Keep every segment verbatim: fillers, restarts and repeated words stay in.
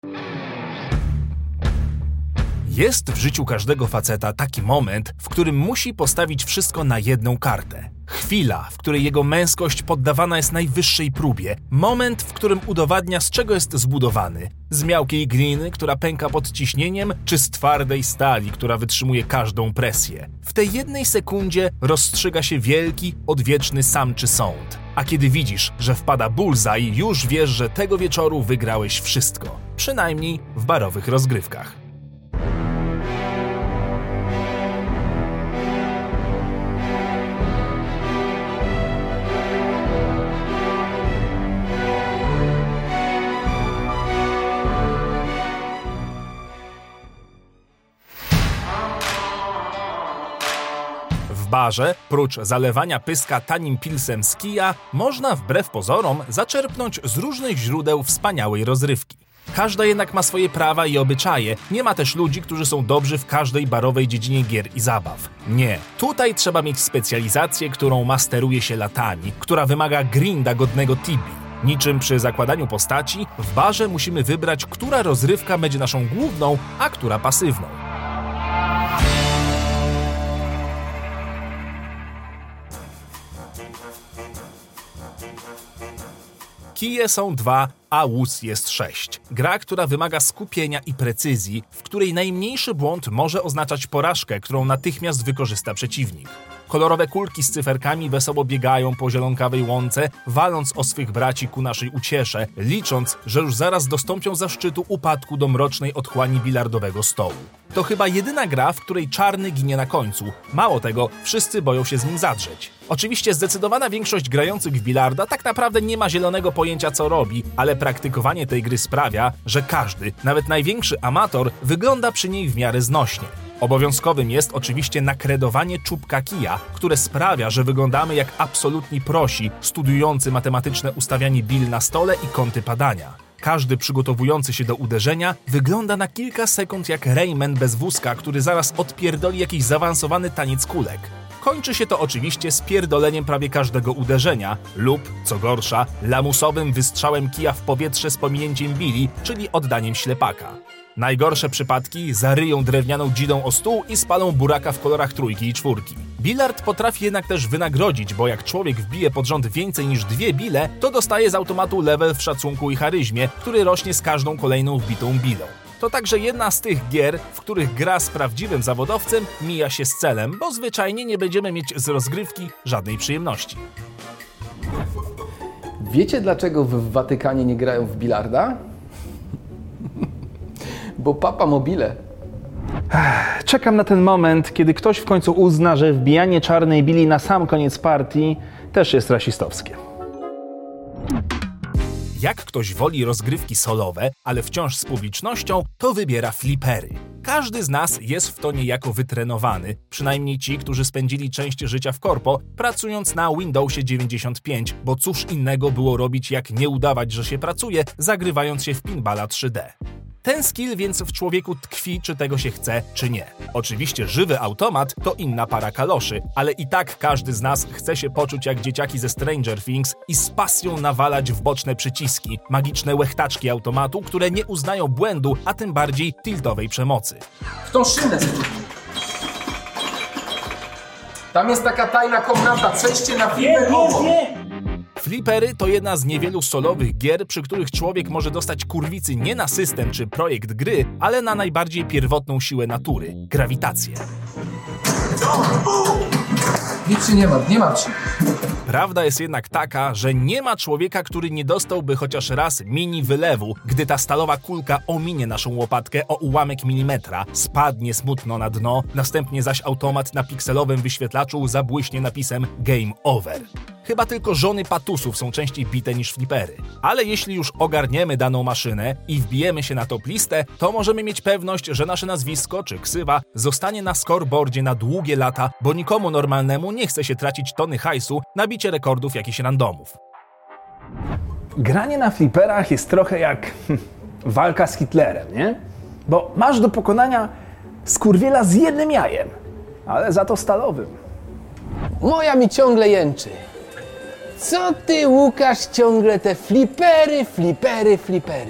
Jest w życiu każdego faceta taki moment, w którym musi postawić wszystko na jedną kartę. Chwila, w której jego męskość poddawana jest najwyższej próbie. Moment, w którym udowadnia, z czego jest zbudowany. Z miałkiej gliny, która pęka pod ciśnieniem, czy z twardej stali, która wytrzymuje każdą presję. W tej jednej sekundzie rozstrzyga się wielki, odwieczny samczy sąd. A kiedy widzisz, że wpada bullseye, już wiesz, że tego wieczoru wygrałeś wszystko. Przynajmniej w barowych rozgrywkach. W barze, prócz zalewania pyska tanim pilsem z kija, można wbrew pozorom zaczerpnąć z różnych źródeł wspaniałej rozrywki. Każda jednak ma swoje prawa i obyczaje. Nie ma też ludzi, którzy są dobrzy w każdej barowej dziedzinie gier i zabaw. Nie. Tutaj trzeba mieć specjalizację, którą masteruje się latami, która wymaga grinda godnego Tibi. Niczym przy zakładaniu postaci, w barze musimy wybrać, która rozrywka będzie naszą główną, a która pasywną. Kije są dwa, a łus jest sześć. Gra, która wymaga skupienia i precyzji, w której najmniejszy błąd może oznaczać porażkę, którą natychmiast wykorzysta przeciwnik. Kolorowe kulki z cyferkami wesoło biegają po zielonkawej łące, waląc o swych braci ku naszej uciesze, licząc, że już zaraz dostąpią zaszczytu upadku do mrocznej otchłani bilardowego stołu. To chyba jedyna gra, w której czarny ginie na końcu. Mało tego, wszyscy boją się z nim zadrzeć. Oczywiście zdecydowana większość grających w bilarda tak naprawdę nie ma zielonego pojęcia, co robi, ale praktykowanie tej gry sprawia, że każdy, nawet największy amator, wygląda przy niej w miarę znośnie. Obowiązkowym jest oczywiście nakredowanie czubka kija, które sprawia, że wyglądamy jak absolutni prosi, studiujący matematyczne ustawianie bil na stole i kąty padania. Każdy przygotowujący się do uderzenia wygląda na kilka sekund jak Rayman bez wózka, który zaraz odpierdoli jakiś zaawansowany taniec kulek. Kończy się to oczywiście spierdoleniem prawie każdego uderzenia lub, co gorsza, lamusowym wystrzałem kija w powietrze z pominięciem bili, czyli oddaniem ślepaka. Najgorsze przypadki zaryją drewnianą dzidą o stół i spalą buraka w kolorach trójki i czwórki. Bilard potrafi jednak też wynagrodzić, bo jak człowiek wbije pod rząd więcej niż dwie bile, to dostaje z automatu level w szacunku i charyzmie, który rośnie z każdą kolejną wbitą bilą. To także jedna z tych gier, w których gra z prawdziwym zawodowcem mija się z celem, bo zwyczajnie nie będziemy mieć z rozgrywki żadnej przyjemności. Wiecie, dlaczego w Watykanie nie grają w bilarda? Bo Papa Mobile. Czekam na ten moment, kiedy ktoś w końcu uzna, że wbijanie czarnej bili na sam koniec partii też jest rasistowskie. Jak ktoś woli rozgrywki solowe, ale wciąż z publicznością, to wybiera flipery. Każdy z nas jest w to niejako wytrenowany, przynajmniej ci, którzy spędzili część życia w korpo, pracując na Windowsie dziewięćdziesiąt pięć, bo cóż innego było robić, jak nie udawać, że się pracuje, zagrywając się w pinballa trzy D. Ten skill więc w człowieku tkwi, czy tego się chce, czy nie. Oczywiście żywy automat to inna para kaloszy, ale i tak każdy z nas chce się poczuć jak dzieciaki ze Stranger Things i z pasją nawalać w boczne przyciski, magiczne łechtaczki automatu, które nie uznają błędu, a tym bardziej tiltowej przemocy. W tą szynę zrób. Tam jest taka tajna komnata, przejście na flipper obok. Flipery to jedna z niewielu solowych gier, przy których człowiek może dostać kurwicy nie na system czy projekt gry, ale na najbardziej pierwotną siłę natury – grawitację. Nic się nie ma, nie ma się. Prawda jest jednak taka, że nie ma człowieka, który nie dostałby chociaż raz mini wylewu, gdy ta stalowa kulka ominie naszą łopatkę o ułamek milimetra, spadnie smutno na dno, następnie zaś automat na pikselowym wyświetlaczu zabłyśnie napisem Game Over. Chyba tylko żony patusów są częściej bite niż flipery. Ale jeśli już ogarniemy daną maszynę i wbijemy się na top listę, to możemy mieć pewność, że nasze nazwisko czy ksywa zostanie na scoreboardzie na długie lata, bo nikomu normalnemu nie chce się tracić tony hajsu na bicie rekordów jakichś randomów. Granie na fliperach jest trochę jak hm, walka z Hitlerem, nie? Bo masz do pokonania skurwiela z jednym jajem, ale za to stalowym. Moja mi ciągle jęczy. Co ty, Łukasz, ciągle te flipery, flipery, flipery?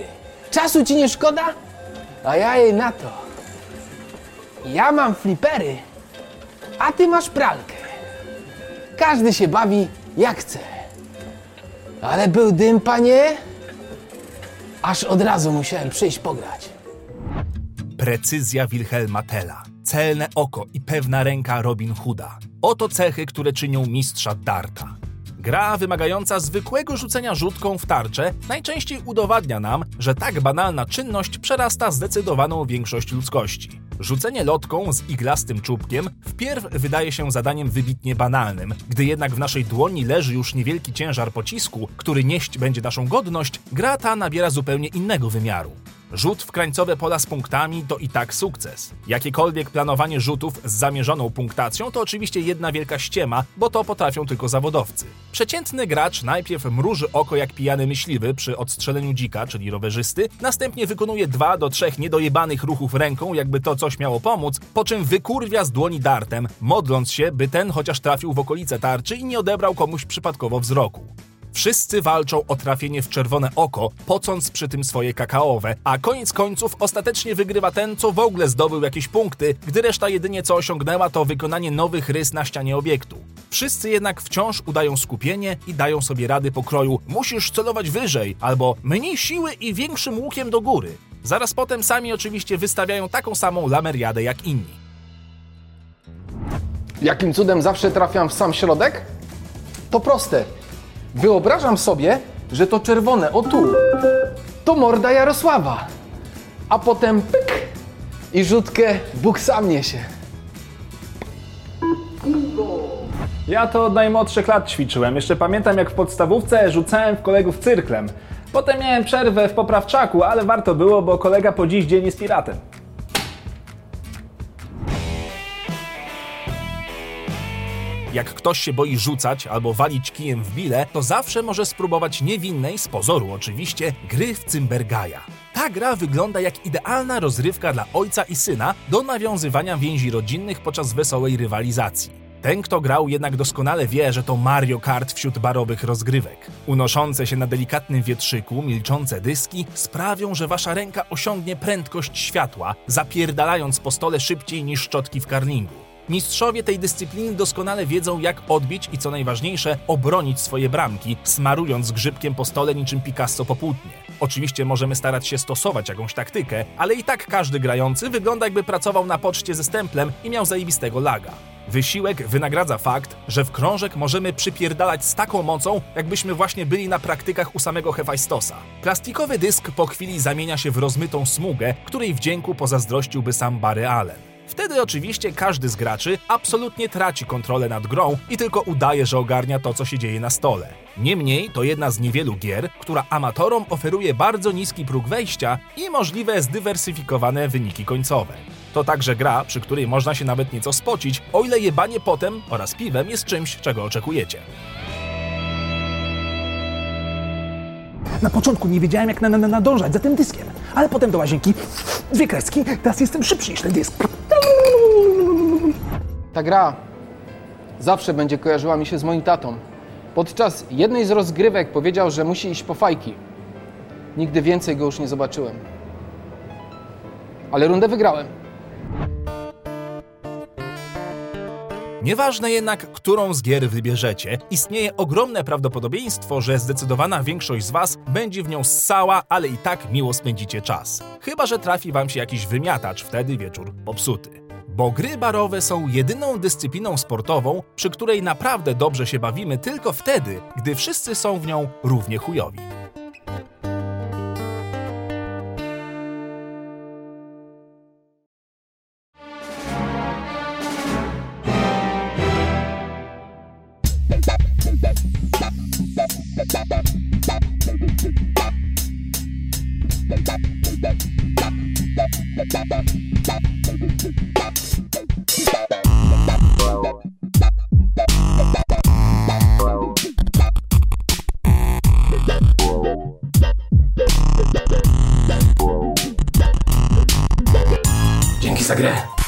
Czasu ci nie szkoda? A ja jej na to. Ja mam flipery, a ty masz pralkę. Każdy się bawi jak chce. Ale był dym, panie, aż od razu musiałem przyjść pograć. Precyzja Wilhelma Tella, celne oko i pewna ręka Robin Hooda. Oto cechy, które czynią mistrza darta. Gra wymagająca zwykłego rzucenia rzutką w tarczę najczęściej udowadnia nam, że tak banalna czynność przerasta zdecydowaną większość ludzkości. Rzucenie lotką z iglastym czubkiem wpierw wydaje się zadaniem wybitnie banalnym. Gdy jednak w naszej dłoni leży już niewielki ciężar pocisku, który nieść będzie naszą godność, gra ta nabiera zupełnie innego wymiaru. Rzut w krańcowe pola z punktami to i tak sukces. Jakiekolwiek planowanie rzutów z zamierzoną punktacją to oczywiście jedna wielka ściema, bo to potrafią tylko zawodowcy. Przeciętny gracz najpierw mruży oko jak pijany myśliwy przy odstrzeleniu dzika, czyli rowerzysty, następnie wykonuje dwa do trzech niedojebanych ruchów ręką, jakby to coś miało pomóc, po czym wykurwia z dłoni dartem, modląc się, by ten chociaż trafił w okolice tarczy i nie odebrał komuś przypadkowo wzroku. Wszyscy walczą o trafienie w czerwone oko, pocąc przy tym swoje kakaowe, a koniec końców ostatecznie wygrywa ten, co w ogóle zdobył jakieś punkty, gdy reszta jedynie co osiągnęła to wykonanie nowych rys na ścianie obiektu. Wszyscy jednak wciąż udają skupienie i dają sobie rady pokroju musisz celować wyżej albo mniej siły i większym łukiem do góry. Zaraz potem sami oczywiście wystawiają taką samą lameriadę jak inni. Jakim cudem zawsze trafiam w sam środek? To proste. Wyobrażam sobie, że to czerwone, o tu, to morda Jarosława. A potem pyk i rzutkę Bóg sam niesie. Ja to od najmłodszych lat ćwiczyłem. Jeszcze pamiętam, jak w podstawówce rzucałem w kolegów cyrklem. Potem miałem przerwę w poprawczaku, ale warto było, bo kolega po dziś dzień jest piratem. Jak ktoś się boi rzucać albo walić kijem w bile, to zawsze może spróbować niewinnej, z pozoru oczywiście, gry w Cymbergaja. Ta gra wygląda jak idealna rozrywka dla ojca i syna do nawiązywania więzi rodzinnych podczas wesołej rywalizacji. Ten, kto grał, jednak doskonale wie, że to Mario Kart wśród barowych rozgrywek. Unoszące się na delikatnym wietrzyku, milczące dyski sprawią, że wasza ręka osiągnie prędkość światła, zapierdalając po stole szybciej niż szczotki w karlingu. Mistrzowie tej dyscypliny doskonale wiedzą, jak odbić i co najważniejsze, obronić swoje bramki, smarując grzybkiem po stole niczym Picasso po płótnie. Oczywiście możemy starać się stosować jakąś taktykę, ale i tak każdy grający wygląda, jakby pracował na poczcie ze stemplem i miał zajebistego laga. Wysiłek wynagradza fakt, że w krążek możemy przypierdalać z taką mocą, jakbyśmy właśnie byli na praktykach u samego Hefajstosa. Plastikowy dysk po chwili zamienia się w rozmytą smugę, której wdzięku pozazdrościłby sam Barry Allen. Wtedy oczywiście każdy z graczy absolutnie traci kontrolę nad grą i tylko udaje, że ogarnia to, co się dzieje na stole. Niemniej to jedna z niewielu gier, która amatorom oferuje bardzo niski próg wejścia i możliwe zdywersyfikowane wyniki końcowe. To także gra, przy której można się nawet nieco spocić, o ile jebanie potem oraz piwem jest czymś, czego oczekujecie. Na początku nie wiedziałem, jak na, na, nadążać za tym dyskiem, ale potem do łazienki, dwie kreski, teraz jestem szybszy niż ten dysk. Ta gra zawsze będzie kojarzyła mi się z moim tatą. Podczas jednej z rozgrywek powiedział, że musi iść po fajki. Nigdy więcej go już nie zobaczyłem. Ale rundę wygrałem. Nieważne jednak, którą z gier wybierzecie, istnieje ogromne prawdopodobieństwo, że zdecydowana większość z was będzie w nią ssała, ale i tak miło spędzicie czas. Chyba że trafi wam się jakiś wymiatacz, wtedy wieczór popsuty. Bo gry barowe są jedyną dyscypliną sportową, przy której naprawdę dobrze się bawimy tylko wtedy, gdy wszyscy są w nią równie chujowi. Dzięki za grę.